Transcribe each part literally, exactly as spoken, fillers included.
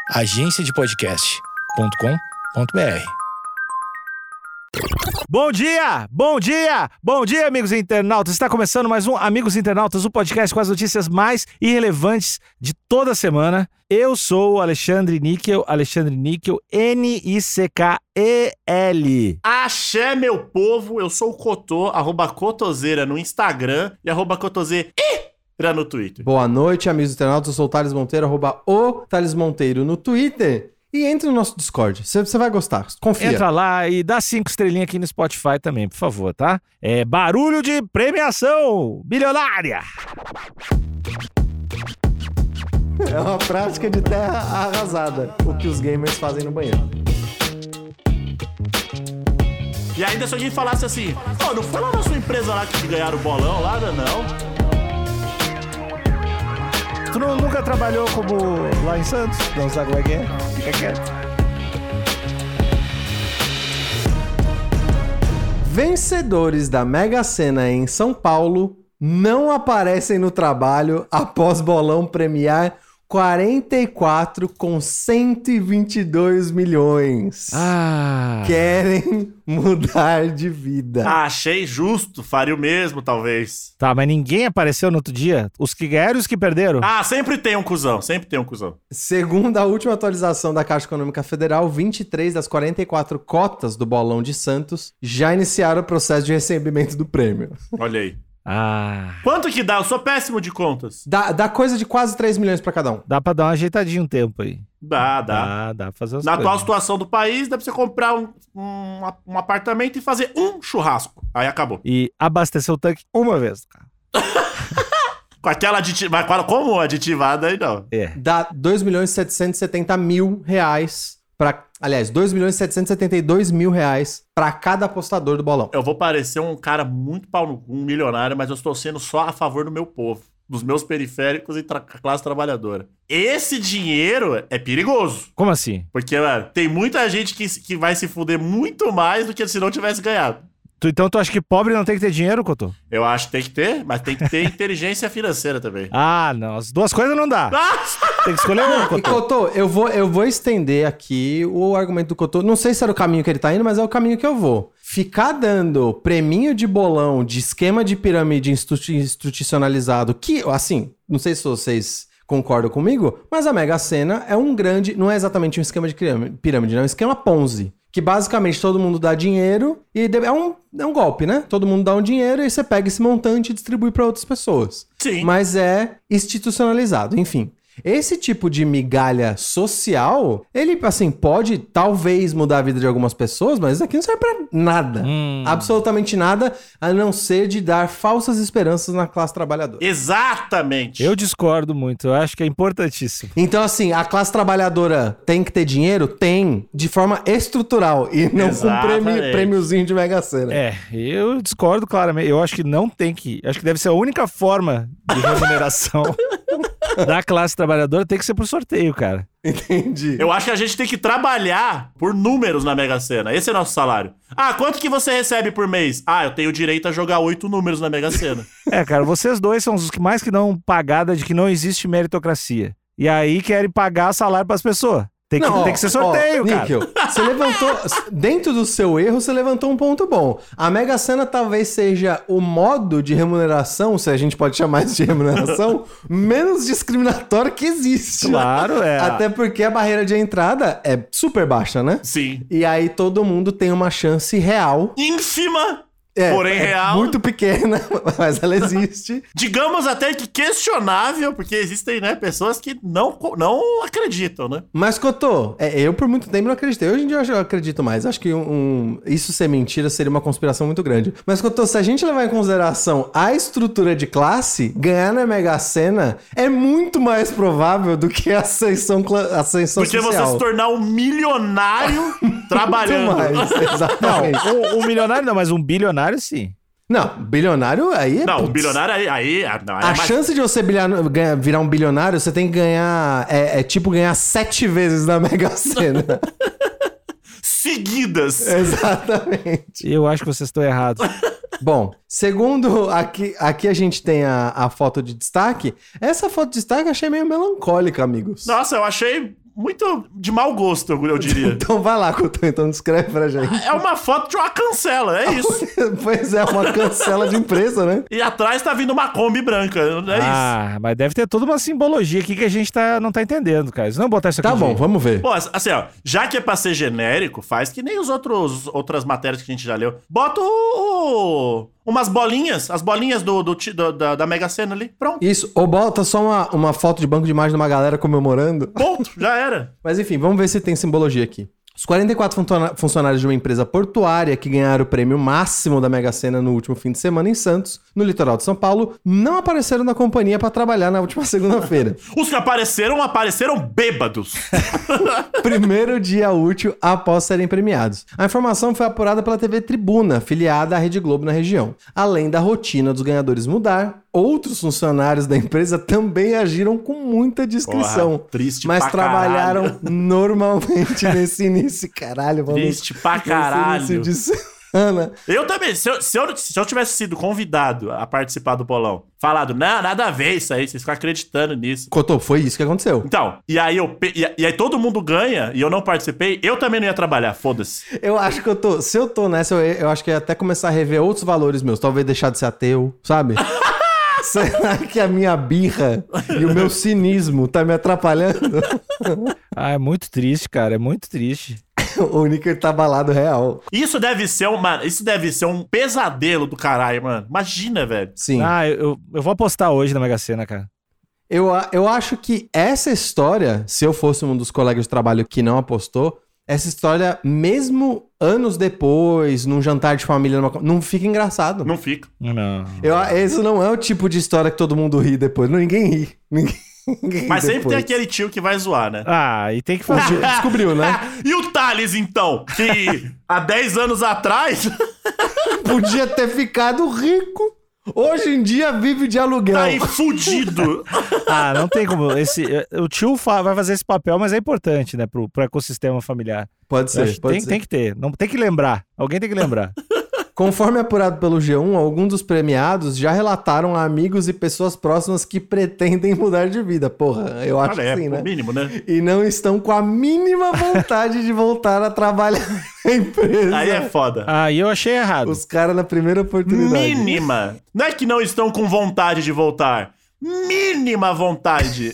agência de podcast ponto com ponto b r. Bom dia, bom dia, bom dia, amigos internautas. Está começando mais um Amigos Internautas, o podcast com as notícias mais irrelevantes de toda a semana. Eu sou o Alexandre Níquel, Alexandre Níquel, N I C K E L. Axé, meu povo, eu sou o Cotô, arroba Cotoseira no Instagram e arroba Cotoseira no Twitter. Boa noite, amigos internautas, eu sou o Thales Monteiro, arroba o Thales Monteiro no Twitter. E entre no nosso Discord, você vai gostar, confia. Entra lá e dá cinco estrelinhas aqui no Spotify também, por favor, tá? É barulho de premiação bilionária. É uma prática de terra arrasada, o que os gamers fazem no banheiro. E ainda se alguém falasse assim, oh, não foi lá na sua empresa lá que ganharam o bolão lá, não? Tu não, nunca trabalhou como lá em Santos? Não sabe como é que é? Fica quieto. Vencedores da Mega Sena em São Paulo não aparecem no trabalho após bolão premiar quarenta e quatro com cento e vinte e dois milhões. Ah. Querem mudar de vida. Ah, achei justo, faria o mesmo, talvez. Tá, mas ninguém apareceu no outro dia? Os que ganharam e os que perderam? Ah, sempre tem um cuzão, sempre tem um cuzão. Segundo a última atualização da Caixa Econômica Federal, vinte e três das quarenta e quatro cotas do bolão de Santos já iniciaram o processo de recebimento do prêmio. Olha aí. Ah. Quanto que dá? Eu sou péssimo de contas. Dá, dá coisa de quase três milhões pra cada um. Dá pra dar uma ajeitadinha um tempo aí. Dá, dá. Dá, dá pra fazer umas Na coisas. atual situação do país, dá pra você comprar um, um, um apartamento e fazer um churrasco. Aí acabou. E abastecer o tanque uma vez, cara. Com aquela aditiva... Mas como aditivada aí, não. É. Dá dois milhões setecentos e setenta mil reais pra... Aliás, dois milhões setecentos e setenta e dois mil reais pra cada apostador do bolão. Eu vou parecer um cara muito pau no cu, um milionário, mas eu estou sendo só a favor do meu povo, dos meus periféricos e tra- classe trabalhadora. Esse dinheiro é perigoso. Como assim? Porque, mano, tem muita gente que, que vai se fuder muito mais do que se não tivesse ganhado. Tu, então tu acha que pobre não tem que ter dinheiro, Cotô? Eu acho que tem que ter, mas tem que ter inteligência financeira também. Ah, não. As duas coisas não dá. Ah! Tem que escolher uma, E Cotô. Cotô, eu vou, eu vou estender aqui o argumento do Cotô. Não sei se era o caminho que ele tá indo, mas é o caminho que eu vou. Ficar dando preminho de bolão, de esquema de pirâmide institu- institucionalizado, que, assim, não sei se vocês concordam comigo, mas a Mega Sena é um grande... Não é exatamente um esquema de pirâmide, não é um esquema Ponzi. Que basicamente todo mundo dá dinheiro e é um, é um golpe, né? Todo mundo dá um dinheiro e você pega esse montante e distribui para outras pessoas. Sim. Mas é institucionalizado, enfim. Esse tipo de migalha social, ele, assim, pode talvez mudar a vida de algumas pessoas, mas isso aqui não serve pra nada. Hum. Absolutamente nada, a não ser de dar falsas esperanças na classe trabalhadora. Exatamente. Eu discordo muito. Eu acho que é importantíssimo. Então, assim, a classe trabalhadora tem que ter dinheiro? Tem, de forma estrutural e não Exatamente. com prêmio, prêmiozinho de Mega Sena. É, eu discordo claramente. Eu acho que não tem que... Acho que deve ser a única forma de remuneração da classe trabalhadora, tem que ser por sorteio, cara. Entendi. Eu acho que a gente tem que trabalhar por números na Mega Sena. Esse é nosso salário. Ah, quanto que você recebe por mês? Ah, eu tenho direito a jogar oito números na Mega Sena. É, cara, vocês dois são os que mais que dão pagada de que não existe meritocracia. E aí querem pagar salário pras pessoas. Tem que, Não, tem que ser sorteio, ó, cara. Níquel, você levantou... Dentro do seu erro, você levantou um ponto bom. A Mega Sena talvez seja o modo de remuneração, se a gente pode chamar isso de remuneração, menos discriminatório que existe. Claro, é. Até porque a barreira de entrada é super baixa, né? Sim. E aí todo mundo tem uma chance real. Ínfima, É, porém é real. muito pequena, mas ela existe. Digamos até que questionável, porque existem, né, pessoas que não, não acreditam, né? Mas, Cotô, é, eu por muito tempo não acreditei. Hoje em dia eu já acredito mais. Acho que um, um- isso ser mentira seria uma conspiração muito grande. Mas, Cotô, se a gente levar em consideração a estrutura de classe, ganhar na Mega Sena é muito mais provável do que a ascensão, cla- ascensão Porque social. você se tornar um milionário trabalhando. Muito mais, Não, exatamente. um, um milionário não, mas um bilionário sim. Não, bilionário aí é... Não, um putz. bilionário aí... aí ah, não, aí A é mais... chance de você bilhar- ganhar- virar um bilionário, você tem que ganhar... É, é tipo ganhar sete vezes na Mega Sena. Seguidas. Exatamente. Eu acho que vocês estão errados. Bom, segundo aqui, aqui a gente tem a, a foto de destaque. Essa foto de destaque eu achei meio melancólica, amigos. Nossa, eu achei muito de mau gosto, eu diria. Então vai lá, Couto, então descreve pra gente. É uma foto de uma cancela, é isso. Pois é, uma cancela de empresa, né? E atrás tá vindo uma Kombi branca, é isso. Ah, mas deve ter toda uma simbologia aqui que a gente tá, não tá entendendo, cara. Se não botar isso aqui Tá bom, gente. vamos ver. Pô, assim, ó, já que é pra ser genérico, faz que nem os outros outras matérias que a gente já leu. Bota o, o, umas bolinhas, as bolinhas do, do, do da, da Mega Sena ali, pronto. Isso, ou bota só uma, uma foto de banco de imagem de uma galera comemorando. Ponto, já era. Mas enfim, vamos ver se tem simbologia aqui. Os quarenta e quatro funcionários de uma empresa portuária que ganharam o prêmio máximo da Mega Sena no último fim de semana em Santos, no litoral de São Paulo, não apareceram na companhia para trabalhar na última segunda-feira. Os que apareceram, apareceram bêbados. Primeiro dia útil após serem premiados. A informação foi apurada pela T V Tribuna, filiada à Rede Globo na região. Além da rotina dos ganhadores mudar, outros funcionários da empresa também agiram com muita discrição. Porra, triste mas pra trabalharam caralho. normalmente nesse início. Caralho, vamos... Triste pra caralho. Nesse início de semana. Eu também, se eu, se, eu, se eu tivesse sido convidado a participar do bolão, falado, não, nada a ver isso aí, vocês ficam acreditando nisso. Cotô, foi isso que aconteceu. Então, e aí, eu, e, e aí todo mundo ganha e eu não participei, eu também não ia trabalhar, foda-se. Eu acho que eu tô... Se eu tô nessa, eu, eu acho que eu ia até começar a rever outros valores meus. Talvez deixar de ser ateu, sabe? Será que a minha birra e o meu cinismo tá me atrapalhando? Ah, é muito triste, cara. É muito triste. O Nicker tá abalado real. Isso deve ser um, mano, isso deve ser um pesadelo do caralho, mano. Imagina, velho. Sim. Ah, eu, eu vou apostar hoje na Mega Sena, cara. Eu, eu acho que essa história, se eu fosse um dos colegas de trabalho que não apostou, essa história, mesmo anos depois, num jantar de família, numa... não fica engraçado. Não fica. Não. Eu, esse não é o tipo de história que todo mundo ri depois. Não, ninguém ri. Ninguém, ninguém ri Mas sempre depois. tem aquele tio que vai zoar, né? Ah, e tem que O fazer. tio descobriu, né? E o Thales, então? Que há dez anos atrás Podia ter ficado rico. Hoje em dia vive de aluguel. tá aí fudido. Ah, não tem como. Esse, o tio fa- vai fazer esse papel, mas é importante, né, pro, pro ecossistema familiar. Pode Eu acho ser, que pode tem, ser. tem que ter. Não, tem que lembrar. Alguém tem que lembrar. Conforme apurado pelo G um, alguns dos premiados já relataram a amigos e pessoas próximas que pretendem mudar de vida. Porra, eu acho Olha, que sim, é, né? o mínimo, né? E não estão com a mínima vontade de voltar a trabalhar na empresa. Aí é foda. Ah, e eu achei errado. Os caras na primeira oportunidade. Mínima. Não é que não estão com vontade de voltar. Mínima vontade.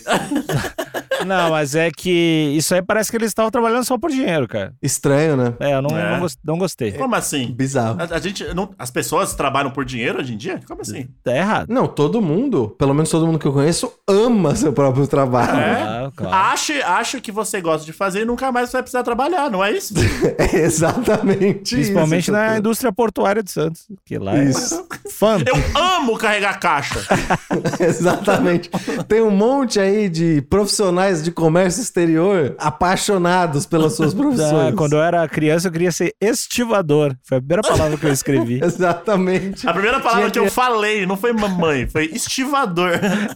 Não, mas é que isso aí parece que eles estavam trabalhando só por dinheiro, cara. Estranho, né? É, eu não, É. não, gos- não gostei. Como assim? Bizarro. A, a gente não, as pessoas trabalham por dinheiro hoje em dia? Como assim? Tá errado. Não, todo mundo, pelo menos todo mundo que eu conheço, ama seu próprio trabalho. É? Ah, claro. Ache, ache o que você gosta de fazer e nunca mais vai precisar trabalhar, não é isso? É exatamente Principalmente isso. na doutor. indústria portuária de Santos. Que lá Isso. é fã. Eu amo carregar caixa. Exatamente. Tem um monte aí de profissionais de comércio exterior apaixonados pelas suas profissões. Ah, quando eu era criança, eu queria ser estivador. Foi a primeira palavra que eu escrevi. Exatamente. A primeira palavra Tinha que eu falei não foi mamãe, foi estivador.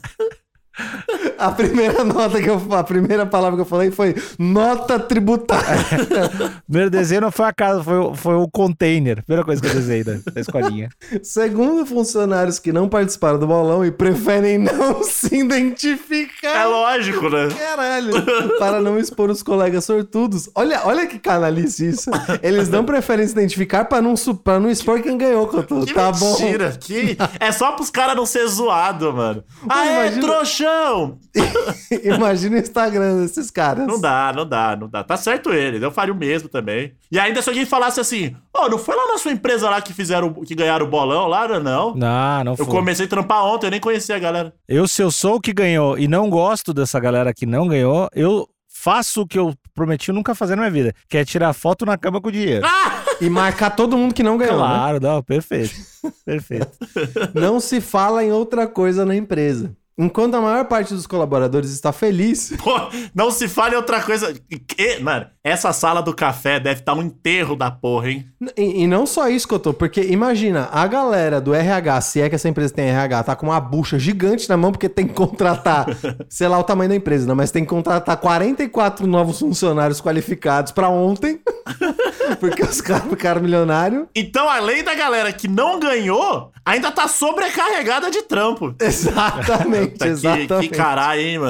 A primeira nota que eu a primeira palavra que eu falei foi nota tributária. O primeiro desenho não foi a casa, foi, o- foi o container. Primeira coisa que eu desenhei da, da escolinha. Segundo funcionários que não participaram do bolão e preferem não se É identificar. lógico, né? Caralho, para não expor os colegas sortudos. Olha, olha que canalice isso. Eles não preferem se identificar para não, su- pra não expor quem ganhou, Cotô. Que Tá bom. mentira. Que... É só pros caras não ser zoado, mano. Ah, é, imagina- trouxão. Imagina o Instagram desses caras. Não dá, não dá, não dá. Tá certo ele, eu faria o mesmo também. E ainda se alguém falasse assim, ó, oh, não foi lá na sua empresa lá que fizeram, que ganharam o bolão lá, não? Não, não Eu foi. comecei a trampar ontem, eu nem conhecia a galera. Eu, se eu sou o que ganhou e não gosto dessa galera que não ganhou, eu faço o que eu prometi nunca fazer na minha vida, que é tirar foto na cama com dinheiro. Ah! E marcar todo mundo que não ganhou. Né? Claro, não, perfeito. Perfeito. Não se fala em outra coisa na empresa. Enquanto a maior parte dos colaboradores está feliz, Pô, não se fale outra coisa. Que, mano, essa sala do café deve estar um enterro da porra, hein? e, e não só isso que eu tô, porque imagina, a galera do R H, se é que essa empresa tem R H, tá com uma bucha gigante na mão, porque tem que contratar, sei lá o tamanho da empresa, né? Mas tem que contratar quarenta e quatro novos funcionários qualificados pra ontem, porque os caras ficaram milionários. Então, além da galera que não ganhou, ainda tá sobrecarregada de trampo. Exatamente, Tá que, exatamente. que caralho, hein, mano?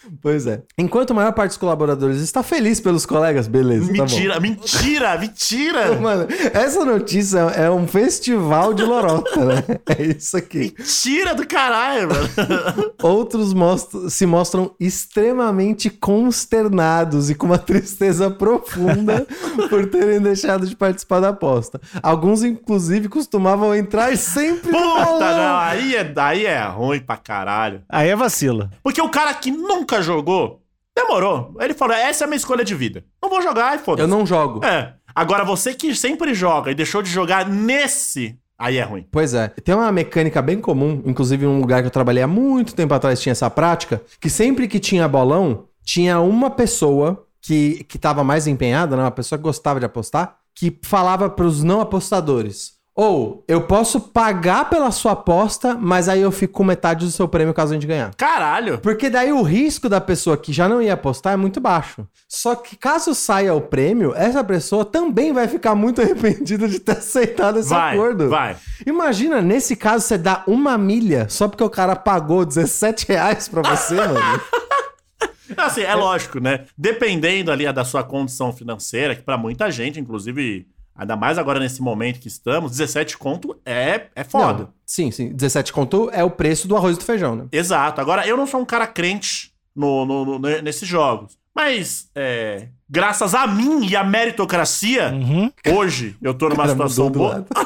Pois é. Enquanto a maior parte dos colaboradores está feliz pelos colegas, beleza, Mentira, tá bom. mentira, mentira. Mano, essa notícia é um festival de lorota, né? É isso aqui. Mentira do caralho, mano. Outros mostram, se mostram extremamente consternados e com uma tristeza profunda por terem deixado de participar da aposta. Alguns, inclusive, costumavam entrar sempre no Puta, bolão. não, aí é, aí é ruim pra caralho. Aí é vacila. Porque o cara que nunca jogou, demorou. Ele falou, essa é a minha escolha de vida. Não vou jogar e foda-se. Eu não jogo. É. Agora, você que sempre joga e deixou de jogar nesse, aí é ruim. Pois é. Tem uma mecânica bem comum, inclusive um lugar que eu trabalhei há muito tempo atrás tinha essa prática, que sempre que tinha bolão, tinha uma pessoa que, que tava mais empenhada, né? Uma pessoa que gostava de apostar, que falava pros não apostadores: ou, eu posso pagar pela sua aposta, mas aí eu fico com metade do seu prêmio caso a gente ganhar. Caralho. Porque daí o risco da pessoa que já não ia apostar é muito baixo. Só que caso saia o prêmio, essa pessoa também vai ficar muito arrependida de ter aceitado esse Vai, acordo. vai. Imagina, nesse caso, você dá uma milha só porque o cara pagou dezessete reais pra você, mano. Assim, é lógico, né? Dependendo ali da sua condição financeira, que pra muita gente, inclusive, ainda mais agora nesse momento que estamos, dezessete conto é, é foda. Não, sim, sim. dezessete conto é o preço do arroz e do feijão, né? Exato. Agora, eu não sou um cara crente no, no, no- nesses jogos. Mas, é, graças a mim e à meritocracia, Uhum. hoje eu tô numa Cara, situação mudou do boa. nada.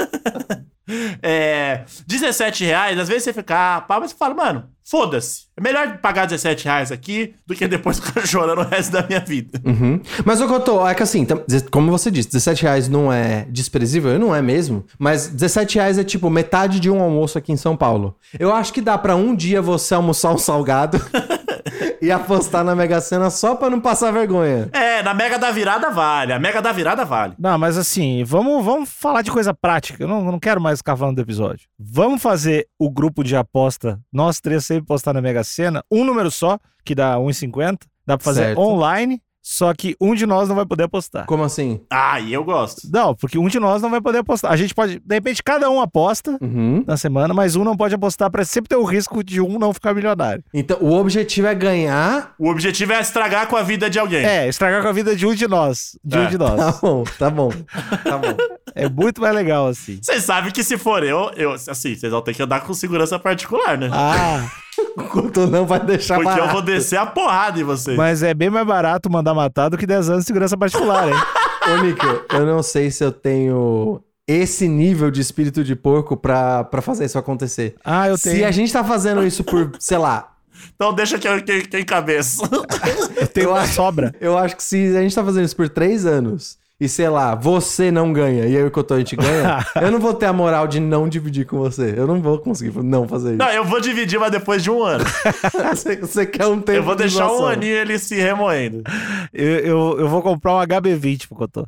É, dezessete reais, às vezes você fica, ah, pá, mas você fala, mano, foda-se. É melhor pagar dezessete reais aqui do que depois ficar chorando o resto da minha vida. Uhum. Mas o que eu tô, é que assim, tam- como você disse, dezessete reais não é desprezível, não é mesmo, mas dezessete reais é tipo metade de um almoço aqui em São Paulo. Eu acho que dá pra um dia você almoçar um salgado e apostar na Mega Sena só pra não passar vergonha. É, na Mega da Virada vale, a Mega da Virada vale. Não, mas assim, vamos, vamos falar de coisa prática. Eu não, eu não quero mais ficar falando do episódio. Vamos fazer o grupo de aposta, nós três sempre postar na Mega Sena, um número só, que dá um real e cinquenta. Dá pra fazer Certo. online, só que um de nós não vai poder apostar. Como assim? Ah, e eu gosto. Não, porque um de nós não vai poder apostar. A gente pode, de repente, cada um aposta Uhum. na semana, mas um não pode apostar pra sempre ter o risco de um não ficar milionário. Então, o objetivo é ganhar. O objetivo é estragar com a vida de alguém. É, estragar com a vida de um de nós. De É. um de nós. Tá bom, tá bom. Tá bom. É muito mais legal assim. Vocês sabem que se for eu, eu, assim, vocês vão ter que andar com segurança particular, né? Ah, O Couto não vai deixar Porque eu barato. vou descer a porrada em vocês. mas é bem mais barato mandar matar do que dez anos de segurança particular, hein? Ô, Níquel, eu não sei se eu tenho esse nível de espírito de porco pra, pra fazer isso acontecer. Ah, eu tenho. Se a gente tá fazendo isso por, sei lá, Então deixa que eu que, que encabeço. Eu tenho eu uma acho- sobra. eu acho que se a gente tá fazendo isso por três anos e, sei lá, você não ganha e aí o Couto a gente ganha, eu não vou ter a moral de não dividir com você. Eu não vou conseguir não fazer isso. Não, eu vou dividir, mas depois de um ano. Você, você quer um tempo Eu vou de deixar um doação. aninho ele se remoendo. Eu, eu, eu vou comprar um H B vinte pro Cotô.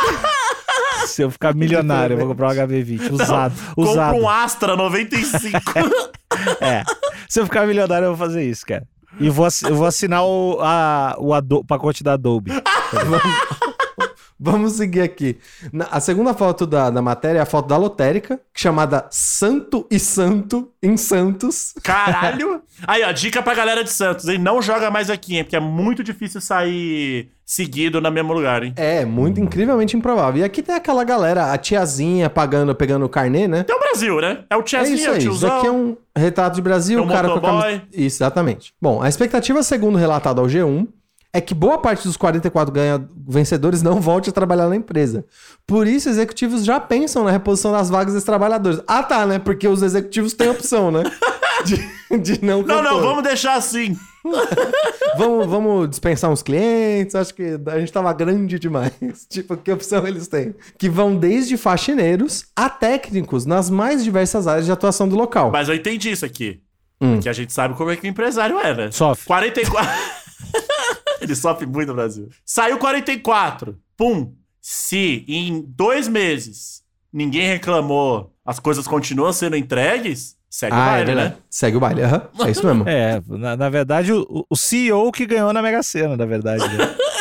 Se eu ficar milionário, eu vou comprar um H B vinte. Usado. usado. Compra um Astra noventa e cinco. É. Se eu ficar milionário, eu vou fazer isso, cara. E vou, ass- eu vou assinar o, a, o Ado- pacote da Adobe. Vamos seguir aqui. Na- a segunda foto da, da matéria é a foto da lotérica, chamada Santo e Santo em Santos. Caralho. Aí, ó, dica pra galera de Santos, hein? Não joga mais aqui, hein? Porque é muito difícil sair seguido no mesmo lugar, hein? É, muito incrivelmente improvável. E aqui tem aquela galera, a tiazinha pagando, pegando o carnê, né? É o Brasil, né? É o É tiazinho, isso é o aí. Isso tiozão. aqui é um retrato de Brasil, É um o cara com a motoboy. camisa... Isso, exatamente. Bom, a expectativa, segundo relatado ao G um, é que boa parte dos quarenta e quatro ganha... vencedores não volte a trabalhar na empresa. Por isso, executivos já pensam na reposição das vagas dos trabalhadores. Ah, tá, né? Porque os executivos têm opção, né? De, de não Não, não, compor. vamos deixar assim. Vamos, vamos dispensar uns clientes. Acho que a gente tava grande demais. Tipo, que opção eles têm? Que vão desde faxineiros a técnicos nas mais diversas áreas de atuação do local. Mas eu entendi isso aqui. Hum. Que a gente sabe como é que o empresário é, né? Sofre. quarenta e quatro... Ele sofre muito no Brasil. Saiu quarenta e quatro. Pum. Se em dois meses ninguém reclamou, as coisas continuam sendo entregues, segue o Ah, é baile, verdade. né? Segue o baile. Aham. É isso mesmo. É, na, na verdade, o, o C E O que ganhou na Mega Sena, na verdade. Né?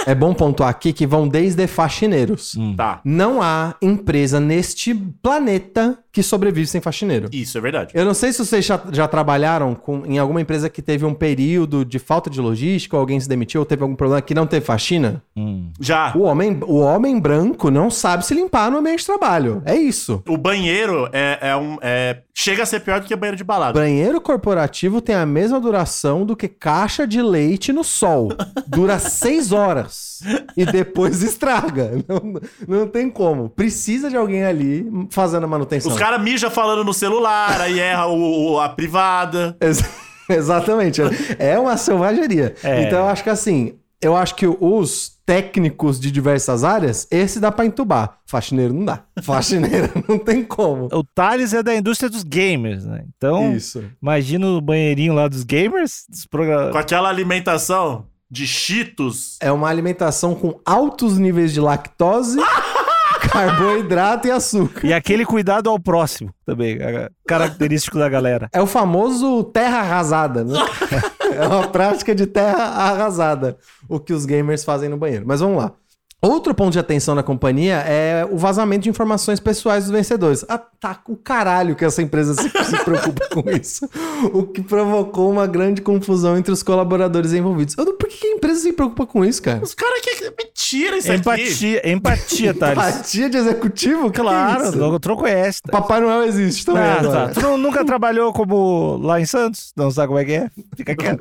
É bom pontuar aqui que vão desde faxineiros. Hum. Tá. Não há empresa neste planeta que sobrevive sem faxineiro. Isso é verdade. Eu não sei se vocês já, já trabalharam com, em alguma empresa que teve um período de falta de logística, ou alguém se demitiu, ou teve algum problema que não teve faxina. Hum. Já. O homem, o homem branco não sabe se limpar no ambiente de trabalho. É isso. O banheiro é, é um. É, chega a ser pior do que banheiro de balada. Banheiro corporativo tem a mesma duração do que caixa de leite no sol. Dura seis horas. E depois estraga. Não, não tem como. Precisa de alguém ali fazendo a manutenção. Os caras mijam falando no celular, aí erra o, o- a privada. Ex- Exatamente. É uma selvageria. É. Então eu acho que assim, eu acho que os técnicos de diversas áreas, esse dá pra entubar. Faxineiro não dá. Faxineiro não tem como. O Thales é da indústria dos gamers, né? Então, Isso. imagina o banheirinho lá dos gamers. Dos progra- Com aquela alimentação de Cheetos. É uma alimentação com altos níveis de lactose, carboidrato e açúcar. E aquele cuidado ao próximo também, a- característico da galera. É o famoso terra arrasada, né? É uma prática de terra arrasada, o que os gamers fazem no banheiro. Mas vamos lá. Outro ponto de atenção na companhia é o vazamento de informações pessoais dos vencedores. Ah, tá o caralho que essa empresa se, se preocupa com isso. O que provocou uma grande confusão entre os colaboradores envolvidos. Eu não- Por que que a empresa se preocupa com isso, cara? Os caras que. Mentira isso aqui. Empatia, empatia, Thales. Empatia de executivo? Que Claro, que é isso? o troco é esta. Papai Noel existe também Ah, agora. tá. Tu nu- nunca trabalhou como lá em Santos? Não sabe como é que é? Fica quieto.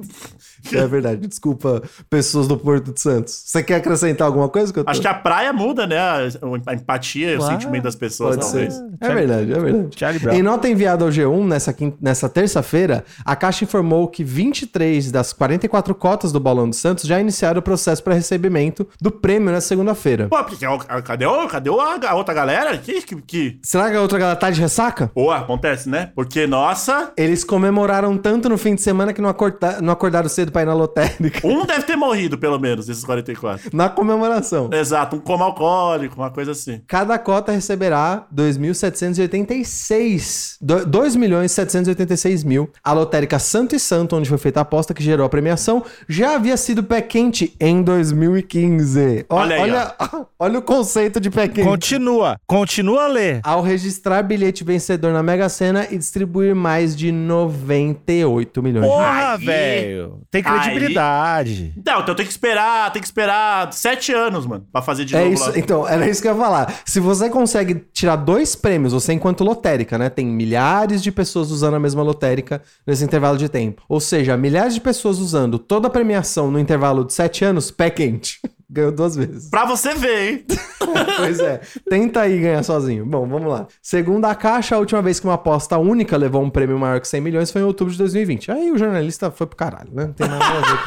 É verdade, desculpa, pessoas do Porto de Santos. Você quer acrescentar alguma coisa que eu tô... Acho que a praia muda, né? A, a empatia, Claro, o sentimento das pessoas, Pode ser. talvez. É verdade, é verdade. Charlie Brown. Em nota enviada ao G um nessa, quin- nessa terça-feira, a Caixa informou que vinte e três das quarenta e quatro cotas do Bolão do Santos já iniciaram o processo para recebimento do prêmio na segunda-feira. Pô, porque, ó, cadê, o, cadê o- a outra galera? Que, que, que... Será que a outra galera tá de ressaca? Pô, acontece, né? Porque, nossa, Eles comemoraram tanto no fim de semana que não, acorda- não acordaram cedo pra ir na lotérica. um deve ter morrido, pelo menos, desses quarenta e quatro. Na comemoração. Exato, um coma alcoólico, uma coisa assim. Cada cota receberá dois mil setecentos e oitenta e seis... dois milhões setecentos e oitenta e seis mil. A lotérica Santo e Santo, onde foi feita a aposta que gerou a premiação, já havia sido pé quente em dois mil e quinze. O- Olha aí, olha, olha o conceito de pé quente. Continua, continua a ler. Ao registrar bilhete vencedor na Mega Sena e distribuir mais de noventa e oito milhões. Porra, Aí- velho. Tem aí- credibilidade. Não, então tem que esperar, tem que esperar sete anos, mano, pra fazer de É novo isso, lá. então, era isso que eu ia falar. Se você consegue tirar dois prêmios, você enquanto lotérica, né? Tem milhares de pessoas usando a mesma lotérica nesse intervalo de tempo. Ou seja, milhares de pessoas usando toda a premiação no intervalo de sete anos, pé quente. Ganhou duas vezes. Pra você ver, hein? Pois é. Tenta aí ganhar sozinho. Bom, vamos lá. Segundo a Caixa, a última vez que uma aposta única levou um prêmio maior que cem milhões foi em outubro de dois mil e vinte. Aí o jornalista foi pro caralho, né? Não tem nada a ver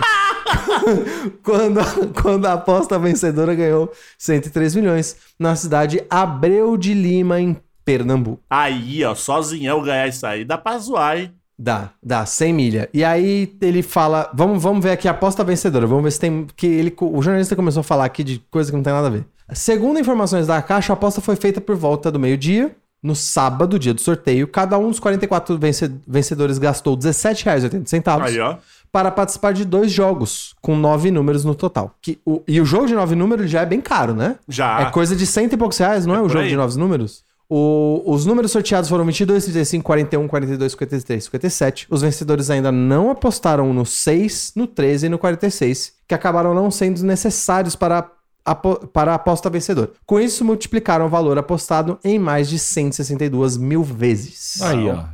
com... quando, quando a aposta vencedora ganhou cento e três milhões na cidade Abreu de Lima, em Pernambuco. Aí, ó, sozinhão ganhar isso aí, dá pra zoar, hein? Dá, dá, cem milha. E aí ele fala, vamos, vamos ver aqui a aposta vencedora, vamos ver se tem, que ele, o jornalista começou a falar aqui de coisa que não tem nada a ver. Segundo informações da Caixa, a aposta foi feita por volta do meio-dia, no sábado, dia do sorteio. Cada um dos quarenta e quatro vence- vencedores gastou dezessete reais e oitenta centavos Aí, ó. para participar de dois jogos, com nove números no total. Que, o, e o jogo de nove números já é bem caro, né? Já. É coisa de cento e poucos reais, não é, É o por jogo aí. de nove números? O- os números sorteados foram vinte e dois, trinta e cinco, quarenta e um, quarenta e dois, cinquenta e três, cinquenta e sete. Os vencedores ainda não apostaram no seis, no treze e no quarenta e seis, que acabaram não sendo necessários para a, apo- para a aposta vencedora. Com isso, multiplicaram o valor apostado em mais de cento e sessenta e duas mil vezes. Aí, ó.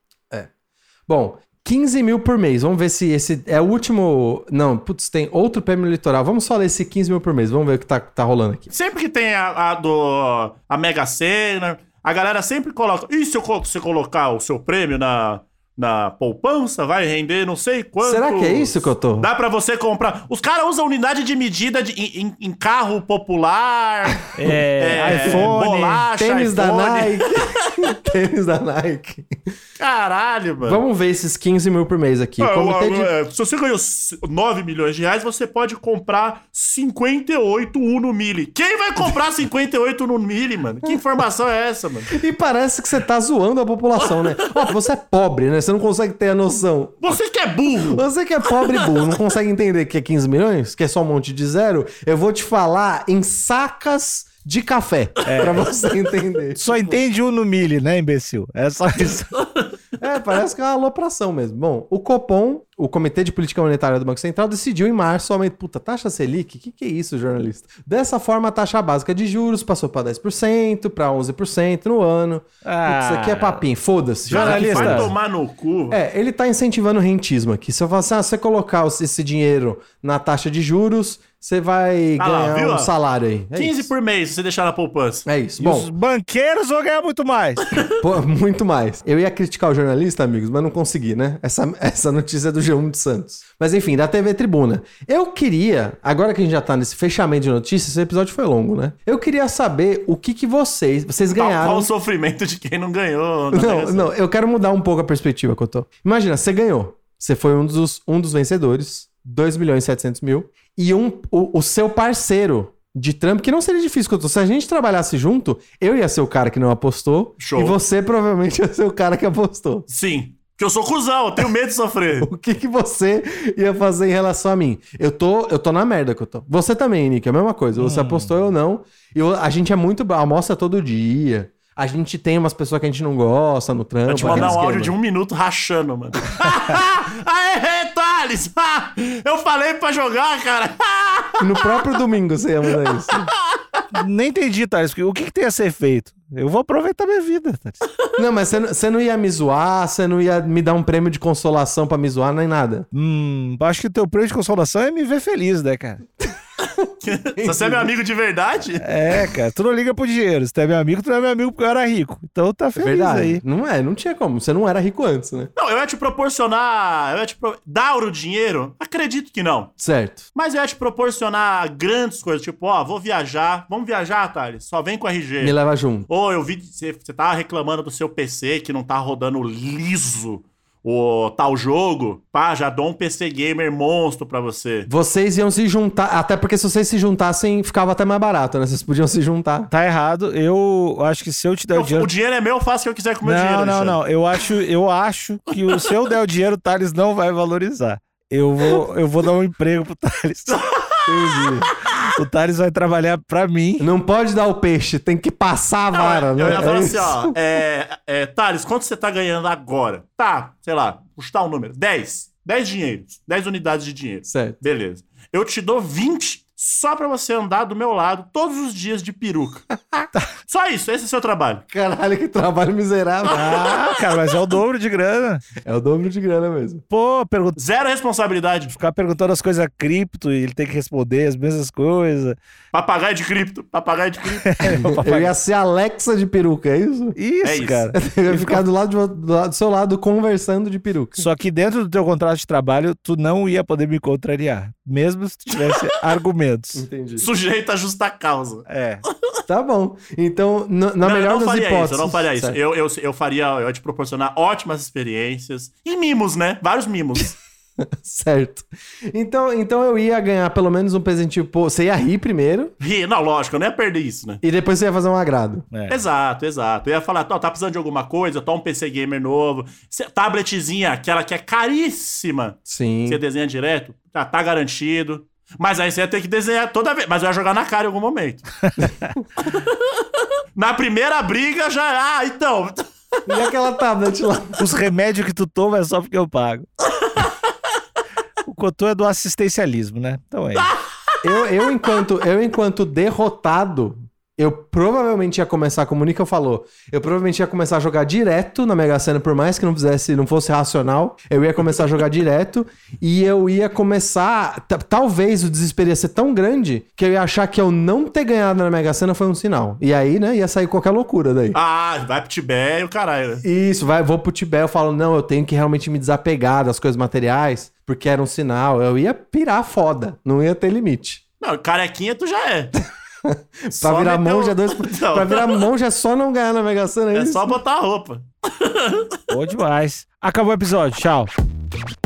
Bom, quinze mil por mês. Vamos ver se esse é o último... Não, putz, tem outro prêmio litoral. Vamos só ler esse quinze mil por mês. Vamos ver o que tá, tá rolando aqui. Sempre que tem a, a do a Mega Sena, a galera sempre coloca. E se eu co- você colocar o seu prêmio na, na poupança, vai render não sei quanto. Será que é isso que eu tô? Dá pra você comprar. Os caras usam unidade de medida de, em, em- em carro popular, É, iPhone. bolacha, Tênis da iPhone. Nike. Tênis da Nike. Caralho, mano. Vamos ver esses quinze mil por mês aqui. Ah, Comitê ah, de... é, se você ganhou nove milhões de reais, você pode comprar cinquenta e oito Uno Mille. Quem vai comprar cinquenta e oito Uno Mille, mano? Que informação é essa, mano? E parece que você tá zoando a população, né? Ó, você é pobre, né? Você não consegue ter a noção. Você que é burro! Você que é pobre e burro, não consegue entender que é quinze milhões? Que é só um monte de zero? Eu vou te falar em sacas de café, é. Pra você entender. Só entende um no milho, né, imbecil? É só isso. É, parece que é uma alopração mesmo. Bom, o Copom, o Comitê de Política Monetária do Banco Central, decidiu em março aumentar... Puta, taxa Selic? O que, que é isso, jornalista? Dessa forma, a taxa básica de juros passou para dez por cento, para onze por cento no ano. Ah, Putz, isso aqui é papinho. Foda-se. Jornalista. Vai tomar no cu. É, ele tá incentivando o rentismo aqui. Se eu falar assim, ah, você colocar esse dinheiro na taxa de juros, você vai Ah lá, ganhar viu? um salário aí. É quinze isso. por mês, se você deixar na poupança. É isso. E Bom, os banqueiros vão ganhar muito mais. pô, muito mais. Eu ia criticar o jornalista, amigos, mas não consegui, né? Essa, essa notícia é do G um de Santos. Mas enfim, da T V Tribuna. Eu queria, agora que a gente já tá nesse fechamento de notícias, esse episódio foi longo, né? Eu queria saber o que que vocês... Vocês Qual, ganharam... qual o sofrimento de quem não ganhou? na Não, negação? não, eu quero mudar um pouco a perspectiva que eu tô. Imagina, você ganhou. Você foi um dos, um dos vencedores, dois milhões e setecentos mil, e um, o, o seu parceiro de trampo, que não seria difícil que eu tô. Se a gente trabalhasse junto, eu ia ser o cara que não apostou, Show. e você provavelmente ia ser o cara que apostou. Sim. Porque eu sou cuzão, eu tenho medo de sofrer. O que que você ia fazer em relação a mim? Eu tô, eu tô na merda que eu tô. Você também, Nick, é a mesma coisa. Você hum. apostou, eu não. Eu, a gente é muito... Almoça todo dia. A gente tem umas pessoas que a gente não gosta no trampo. Vou te mandar um esquema. áudio de um minuto rachando, mano. Aê, Thales! Eu falei pra jogar, cara. No próprio domingo você ia mandar isso. Nem entendi, Thales. O que, que tem a ser feito? Eu vou aproveitar minha vida, Thales. Não, mas você não, você não ia me zoar, você não ia me dar um prêmio de consolação pra me zoar, nem nada. Hum, acho que o teu prêmio de consolação é me ver feliz, né, cara? Você é meu amigo de verdade? É, cara, tu não liga pro dinheiro. Se tu é meu amigo, tu não é meu amigo porque eu era rico. Então tá feliz Verdade. aí. Não é, não tinha como. Você não era rico antes, né? Não, eu ia te proporcionar... Eu ia te pro... dar o dinheiro? Acredito que não. Certo. Mas eu ia te proporcionar grandes coisas. Tipo, ó, vou viajar. Vamos viajar, Thales? Só vem com R G. Me leva junto. Ou eu vi... Você, você tava reclamando do seu P C que não tá rodando liso o tal jogo. Pá, já dou um P C gamer monstro pra você. Vocês iam se juntar, até porque se vocês se juntassem, ficava até mais barato, né? Vocês podiam se juntar. Tá errado. Eu acho que se eu te der Eu, o dinheiro... O dinheiro é meu, eu faço o que eu quiser com o meu não, dinheiro. Não, Alexandre. não, Eu acho, eu acho que o, se eu der o dinheiro, o Thales não vai valorizar. Eu vou, eu vou dar um emprego pro Thales. Entendi. O Thales vai trabalhar pra mim. Não pode dar o peixe, tem que passar a vara, não, né? Eu ia falar É assim, isso. ó. É, é, Thales, quanto você tá ganhando agora? Tá, sei lá, vou chutar um número. dez. dez dinheiros. dez unidades de dinheiro. Certo. Beleza. Eu te dou vinte só pra você andar do meu lado todos os dias de peruca. Só isso, esse é o seu trabalho. Caralho, que trabalho miserável. Ah, cara, mas é o dobro de grana. É o dobro de grana mesmo. Pô, pergunta... Zero responsabilidade. ficar perguntando as coisas cripto e ele tem que responder as mesmas coisas. Papagaio de cripto. Papagaio de cripto. Eu ia ser Alexa de peruca, é isso? Isso, É isso. cara. Eu ia ficar do lado, de, do lado do seu lado conversando de peruca. Só que dentro do teu contrato de trabalho, tu não ia poder me contrariar. Mesmo se tu tivesse argumentos. Entendi. Sujeito a justa causa. É. Tá bom. Então, na, na não, melhor eu não das faria hipóteses... isso, eu não faria isso. Certo. Eu, eu, eu faria, eu ia te proporcionar ótimas experiências. E mimos, né? Vários mimos. Certo. Então, então eu ia ganhar pelo menos um presentinho. Pô, você ia rir primeiro Ri, não, lógico, eu não ia perder isso, né? e depois você ia fazer um agrado. É. Exato, exato. Eu ia falar, tá, tá precisando de alguma coisa? Toma um P C gamer novo. Cê- Tabletzinha, aquela que é caríssima. Sim. Você desenha direto, tá, tá garantido. Mas aí você ia ter que desenhar toda vez. Mas eu ia jogar na cara em algum momento. Na primeira briga já. Ah, então. E aquela tablet lá? Os remédios que tu toma é só porque eu pago. O Cotô é do assistencialismo, né? Então é isso. Eu, eu, enquanto, eu, enquanto derrotado, eu provavelmente ia começar, como o Nika falou, eu provavelmente ia começar a jogar direto na Mega Sena, por mais que não fizesse, não fosse racional, eu ia começar a jogar direto e eu ia começar, t- talvez o desespero ia ser tão grande que eu ia achar que eu não ter ganhado na Mega Sena foi um sinal. E aí, né, ia sair qualquer loucura daí. Ah, vai pro Tibete e o caralho. Isso, vai, vou pro Tibete, eu falo, não, eu tenho que realmente me desapegar das coisas materiais, porque era um sinal. Eu ia pirar foda, não ia ter limite. Não, carequinha tu já é. pra Só virar meter monge o- é dois... Não. Pra virar monge é só não ganhar na Mega Sena, é É isso? só botar a roupa. Boa demais. Acabou o episódio. Tchau.